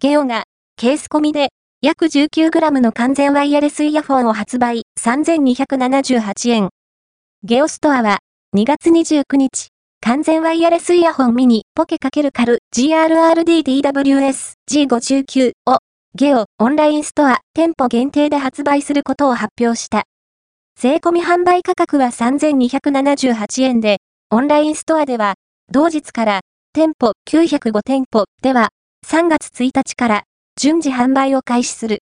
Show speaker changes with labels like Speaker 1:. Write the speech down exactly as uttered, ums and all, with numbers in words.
Speaker 1: ゲオが、ケース込みで、約 じゅうきゅうグラム の完全ワイヤレスイヤフォンを発売、さんぜんにひゃくななじゅうはちえん。ゲオストアは、にがつにじゅうくにち、完全ワイヤレスイヤホンミニ、ポケ×カル ジーアールアールディーディーダブリューエス ジーごじゅうきゅう を、ゲオオンラインストア、店舗限定で発売することを発表した。税込み販売価格はさんぜんにひゃくななじゅうはちえんで、オンラインストアでは、同日から、店舗きゅうひゃくごてんぽでは、さんがつついたちから、順次販売を開始する。